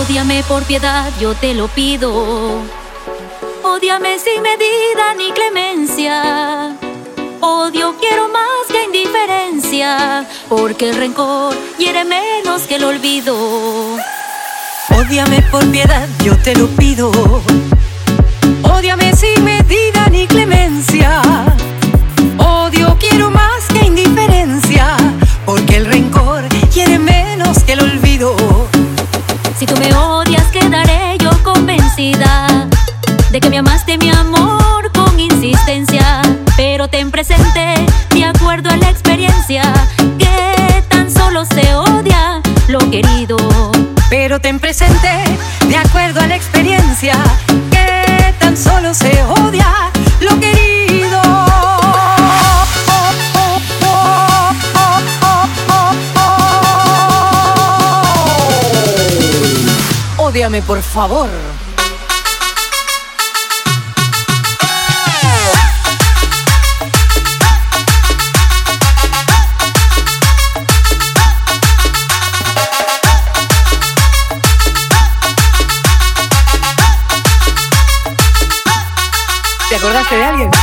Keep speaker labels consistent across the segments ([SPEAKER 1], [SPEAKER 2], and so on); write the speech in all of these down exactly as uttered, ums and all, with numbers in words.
[SPEAKER 1] Ódiame por piedad, yo te lo pido. Ódiame sin medida ni clemencia. Odio quiero más que indiferencia, porque el rencor hiere menos que el olvido.
[SPEAKER 2] Ódiame por piedad, yo te lo pido. Ódiame sin medida ni clemencia. Odio quiero más que indiferencia, porque el rencor hiere menos que el olvido.
[SPEAKER 1] Si tú me odias, quedaré yo convencida de que me amaste mi amor con insistencia. Pero ten presente, de acuerdo a la experiencia, que tan solo se odia lo querido.
[SPEAKER 2] Pero ten presente, de acuerdo a la experiencia, que tan solo se odia lo querido. Ódiame, por favor. ¿Te acordaste de alguien?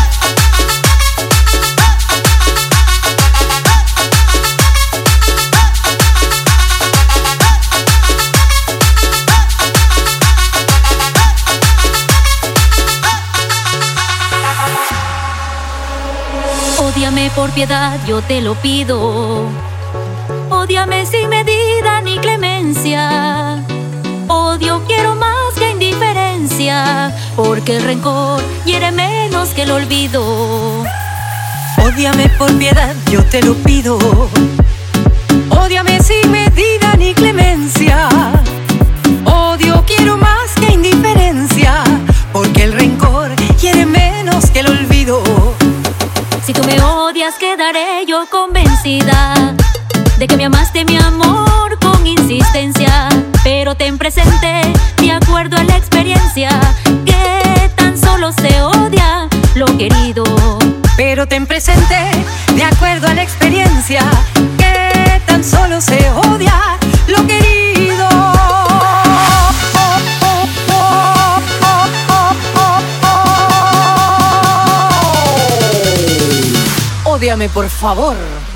[SPEAKER 1] Ódiame por piedad, yo te lo pido. Ódiame sin medida ni clemencia. Odio quiero más que indiferencia, porque el rencor hiere menos que el olvido.
[SPEAKER 2] Ódiame por piedad, yo te lo pido. Ódiame sin medida ni clemencia. Odio quiero más que indiferencia, porque el rencor hiere menos que el olvido.
[SPEAKER 1] Si tú me odias, quedaré yo convencida de que me amaste mi amor con insistencia. Pero ten presente, de acuerdo a la experiencia, que tan solo se odia lo querido.
[SPEAKER 2] Pero ten presente, de acuerdo a la experiencia, que tan solo se odia lo querido. Ódiame, por favor.